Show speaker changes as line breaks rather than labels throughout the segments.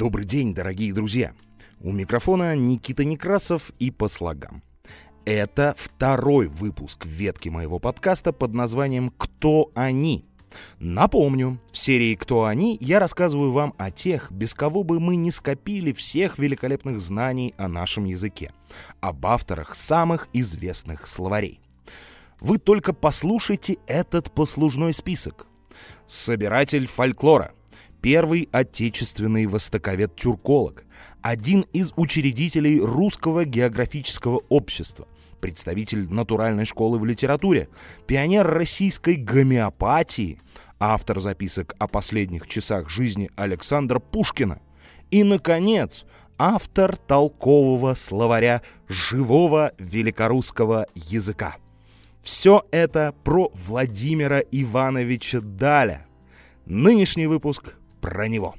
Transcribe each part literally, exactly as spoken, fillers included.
Добрый день, дорогие друзья! У микрофона Никита Некрасов и по слогам. Это второй выпуск ветки моего подкаста под названием «Кто они?». Напомню, в серии «Кто они?» я рассказываю вам о тех, без кого бы мы не скопили всех великолепных знаний о нашем языке, об авторах самых известных словарей. Вы только послушайте этот послужной список. Собиратель фольклора, первый отечественный востоковед-тюрколог, один из учредителей Русского географического общества, представитель натуральной школы в литературе, пионер российской гомеопатии, автор записок о последних часах жизни Александра Пушкина и, наконец, автор толкового словаря живого великорусского языка. Все это про Владимира Ивановича Даля. Нынешний выпуск про него.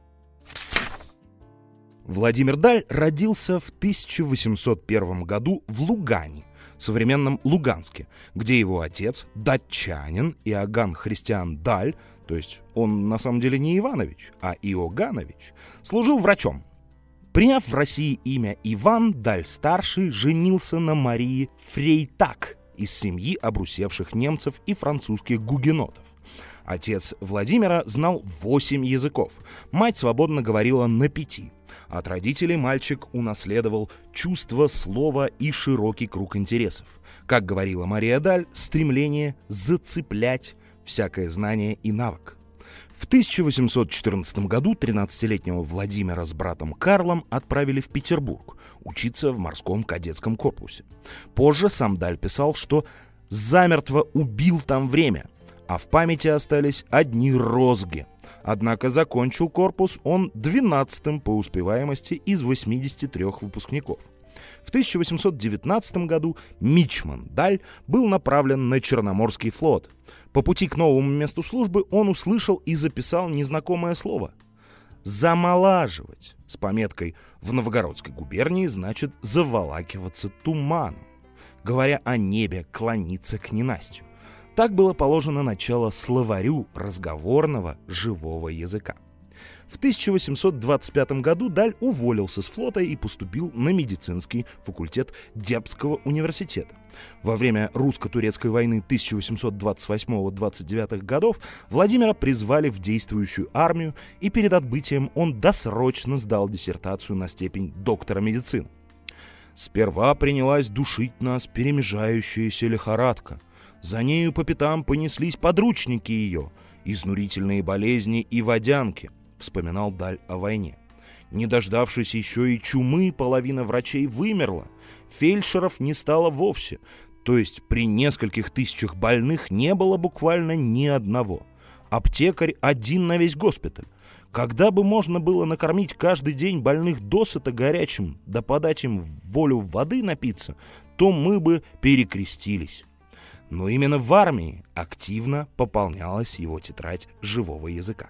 Владимир Даль родился в тысяча восемьсот первом году в Лугане, современном Луганске, где его отец, датчанин Иоганн Христиан Даль, то есть он на самом деле не Иванович, а Иоганович, служил врачом. Приняв в России имя Иван, Даль-старший женился на Марии Фрейтак из семьи обрусевших немцев и французских гугенотов. Отец Владимира знал восемь языков, мать свободно говорила на пяти. От родителей мальчик унаследовал чувство слова и широкий круг интересов. Как говорила Мария Даль, стремление зацеплять всякое знание и навык. В тысяча восемьсот четырнадцатом году тринадцатилетнего Владимира с братом Карлом отправили в Петербург учиться в морском кадетском корпусе. Позже сам Даль писал, что замертво убил там время, а в памяти остались одни розги. Однако закончил корпус он двенадцатым по успеваемости из восьмидесяти трёх выпускников. В тысяча восемьсот девятнадцатом году мичман Даль был направлен на Черноморский флот. По пути к новому месту службы он услышал и записал незнакомое слово «замолаживать» с пометкой «в Новгородской губернии» значит «заволакиваться туманом», говоря о небе, клониться к ненастью. Так было положено начало словарю разговорного живого языка. В тысяча восемьсот двадцать пятом году Даль уволился с флота и поступил на медицинский факультет Дербцкого университета. Во время русско-турецкой войны тысяча восемьсот двадцать восьмого — двадцать девятого годов Владимира призвали в действующую армию, и перед отбытием он досрочно сдал диссертацию на степень доктора медицины. «Сперва принялась душить нас перемежающаяся лихорадка. За нею по пятам понеслись подручники ее, изнурительные болезни и водянки», — вспоминал Даль о войне. Не дождавшись еще и чумы, половина врачей вымерла, фельдшеров не стало вовсе, то есть при нескольких тысячах больных не было буквально ни одного. Аптекарь один на весь госпиталь. Когда бы можно было накормить каждый день больных досыта горячим, да подать им волю воды напиться, то мы бы перекрестились. Но именно в армии активно пополнялась его тетрадь живого языка.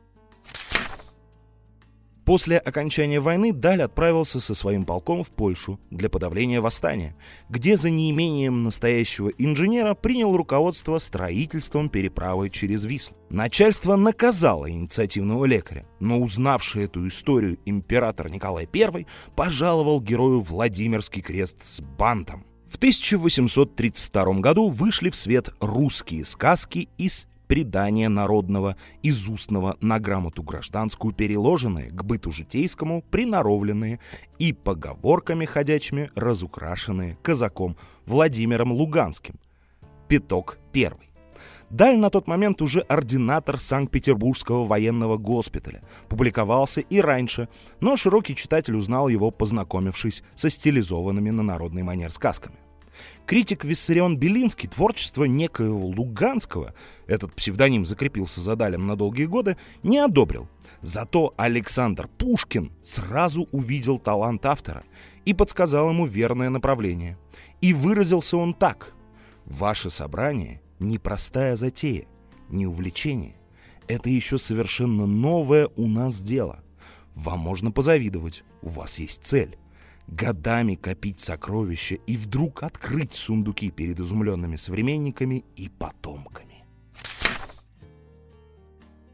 После окончания войны Даль отправился со своим полком в Польшу для подавления восстания, где за неимением настоящего инженера принял руководство строительством переправы через Вислу. Начальство наказало инициативного лекаря, но узнавший эту историю император Николай Первый пожаловал герою Владимирский крест с бантом. В тысяча восемьсот тридцать втором году вышли в свет русские сказки из предания народного, из устного на грамоту гражданскую переложенные, к быту житейскому приноровленные и поговорками ходячими разукрашенные казаком Владимиром Луганским. Пяток первый. Даль на тот момент уже ординатор Санкт-Петербургского военного госпиталя. Публиковался и раньше, но широкий читатель узнал его, познакомившись со стилизованными на народный манер сказками. Критик Виссарион Белинский творчество некоего Луганского, этот псевдоним закрепился за Далем на долгие годы, не одобрил. Зато Александр Пушкин сразу увидел талант автора и подсказал ему верное направление. И выразился он так: «Ваше собрание — непростая затея, не увлечение. Это еще совершенно новое у нас дело. Вам можно позавидовать, у вас есть цель. Годами копить сокровища и вдруг открыть сундуки перед изумленными современниками и потомками».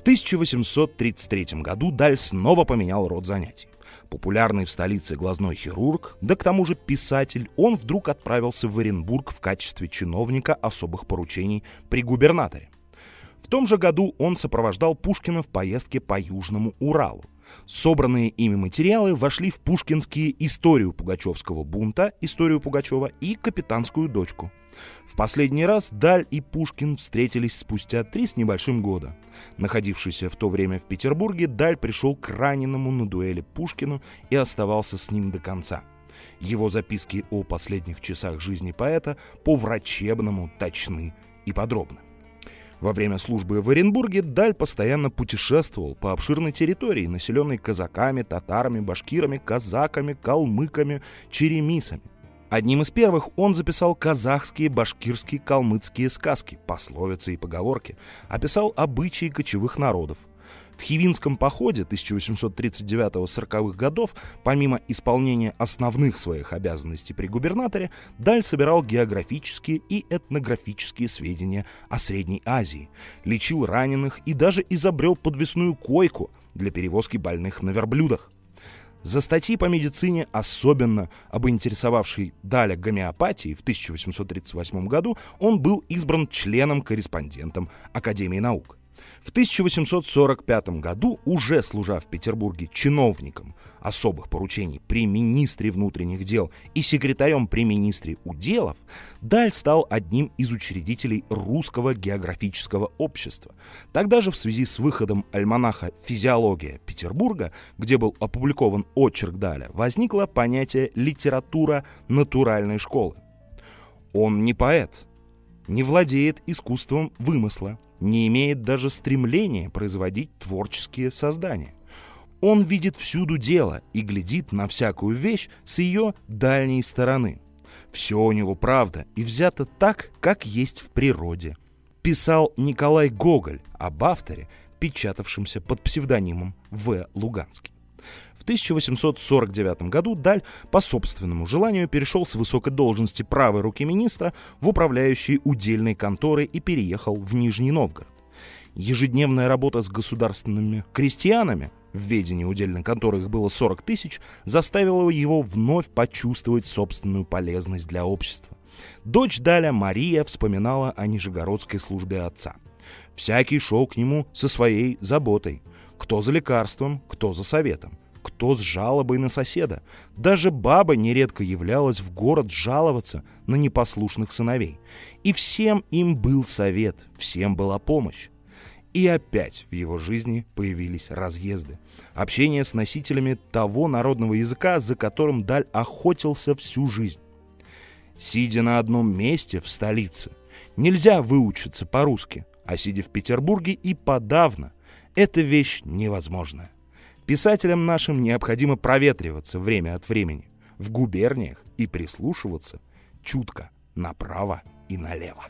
В тысяча восемьсот тридцать третьем году Даль снова поменял род занятий. Популярный в столице глазной хирург, да к тому же писатель, он вдруг отправился в Оренбург в качестве чиновника особых поручений при губернаторе. В том же году он сопровождал Пушкина в поездке по Южному Уралу. Собранные ими материалы вошли в пушкинские «Историю пугачевского бунта», «Историю Пугачева» и «Капитанскую дочку». В последний раз Даль и Пушкин встретились спустя три с небольшим года. Находившийся в то время в Петербурге, Даль пришел к раненому на дуэли Пушкину и оставался с ним до конца. Его записки о последних часах жизни поэта по-врачебному точны и подробны. Во время службы в Оренбурге Даль постоянно путешествовал по обширной территории, населенной казаками, татарами, башкирами, казаками, калмыками, черемисами. Одним из первых он записал казахские, башкирские, калмыцкие сказки, пословицы и поговорки, описал обычаи кочевых народов. В Хивинском походе тысяча восемьсот тридцать девятого — сороковых годов, помимо исполнения основных своих обязанностей при губернаторе, Даль собирал географические и этнографические сведения о Средней Азии, лечил раненых и даже изобрел подвесную койку для перевозки больных на верблюдах. За статьи по медицине, особенно об интересовавшей Даля гомеопатии, в тысяча восемьсот тридцать восьмом году он был избран членом-корреспондентом Академии наук. В тысяча восемьсот сорок пятом году, уже служа в Петербурге чиновником особых поручений при министре внутренних дел и секретарем при министре уделов, Даль стал одним из учредителей Русского географического общества. Тогда же в связи с выходом альманаха «Физиология Петербурга», где был опубликован очерк Даля, возникло понятие «литература натуральной школы». Он не поэт, не владеет искусством вымысла, не имеет даже стремления производить творческие создания. Он видит всюду дело и глядит на всякую вещь с ее дальней стороны. Все у него правда и взято так, как есть в природе. Писал Николай Гоголь об авторе, печатавшемся под псевдонимом В. Луганский. В тысяча восемьсот сорок девятом году Даль по собственному желанию перешел с высокой должности правой руки министра в управляющие удельной конторы и переехал в Нижний Новгород. Ежедневная работа с государственными крестьянами, в ведении удельной конторы их было сорок тысяч, заставила его вновь почувствовать собственную полезность для общества. Дочь Даля, Мария, вспоминала о нижегородской службе отца. Всякий шел к нему со своей заботой. Кто за лекарством, кто за советом, кто с жалобой на соседа. Даже баба нередко являлась в город жаловаться на непослушных сыновей. И всем им был совет, всем была помощь. И опять в его жизни появились разъезды. Общение с носителями того народного языка, за которым Даль охотился всю жизнь. Сидя на одном месте в столице, нельзя выучиться по-русски, а сидя в Петербурге и подавно. Эта вещь невозможная. Писателям нашим необходимо проветриваться время от времени в губерниях и прислушиваться чутко направо и налево.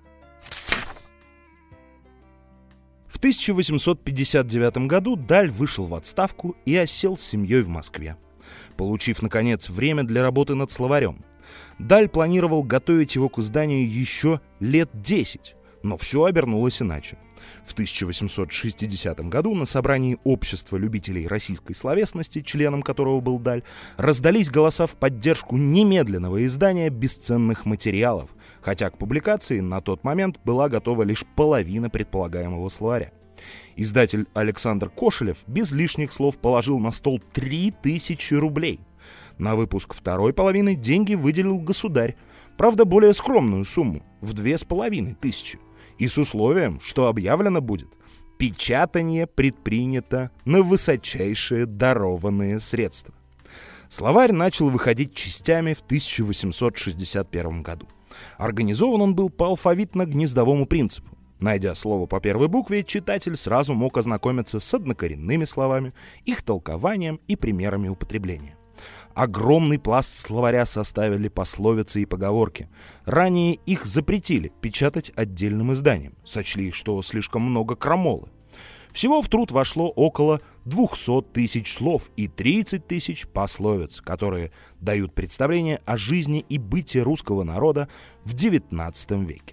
В тысяча восемьсот пятьдесят девятом году Даль вышел в отставку и осел с семьей в Москве, получив, наконец, время для работы над словарем. Даль планировал готовить его к изданию еще лет десять, но все обернулось иначе. В тысяча восемьсот шестидесятом году на собрании Общества любителей российской словесности, членом которого был Даль, раздались голоса в поддержку немедленного издания бесценных материалов, хотя к публикации на тот момент была готова лишь половина предполагаемого словаря. Издатель Александр Кошелев без лишних слов положил на стол три тысячи рублей. На выпуск второй половины деньги выделил государь, правда более скромную сумму – в две с половиной тысячи. И с условием, что объявлено будет: печатание предпринято на высочайшие дарованные средства. Словарь начал выходить частями в тысяча восемьсот шестьдесят первом году. Организован он был по алфавитно-гнездовому принципу. Найдя слово по первой букве, читатель сразу мог ознакомиться с однокоренными словами, их толкованием и примерами употребления. Огромный пласт словаря составили пословицы и поговорки. Ранее их запретили печатать отдельным изданием. Сочли, что слишком много крамолы. Всего в труд вошло около двухсот тысяч слов и тридцать тысяч пословиц, которые дают представление о жизни и бытии русского народа в девятнадцатом веке.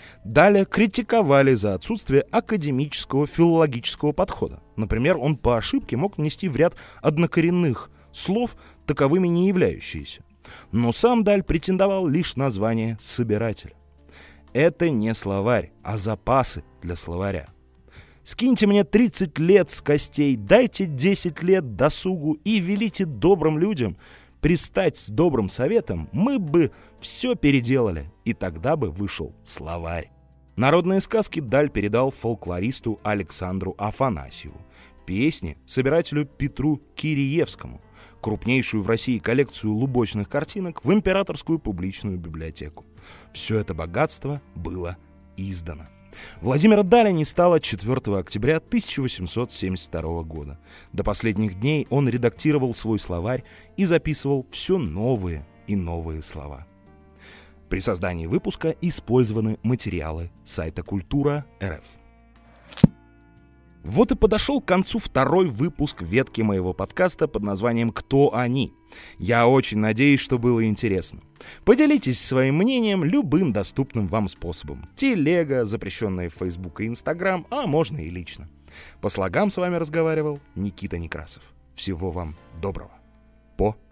Далее критиковали за отсутствие академического филологического подхода. Например, он по ошибке мог внести в ряд однокоренных слов, таковыми не являющиеся. Но сам Даль претендовал лишь на звание собирателя. Это не словарь, а запасы для словаря. Скиньте мне тридцать лет с костей, дайте десять лет досугу и велите добрым людям пристать с добрым советом, мы бы все переделали, и тогда бы вышел словарь. Народные сказки Даль передал фольклористу Александру Афанасьеву, песни собирателю Петру Киреевскому, крупнейшую в России коллекцию лубочных картинок в Императорскую публичную библиотеку. Все это богатство было издано. Владимира Даля не стало четвёртого октября тысяча восемьсот семьдесят второго года. До последних дней он редактировал свой словарь и записывал все новые и новые слова. При создании выпуска использованы материалы сайта Культура точка эр эф. Вот и подошел к концу второй выпуск ветки моего подкаста под названием «Кто они?». Я очень надеюсь, что было интересно. Поделитесь своим мнением любым доступным вам способом. Телега, запрещенная в Facebook и Instagram, а можно и лично. По слогам с вами разговаривал Никита Некрасов. Всего вам доброго. По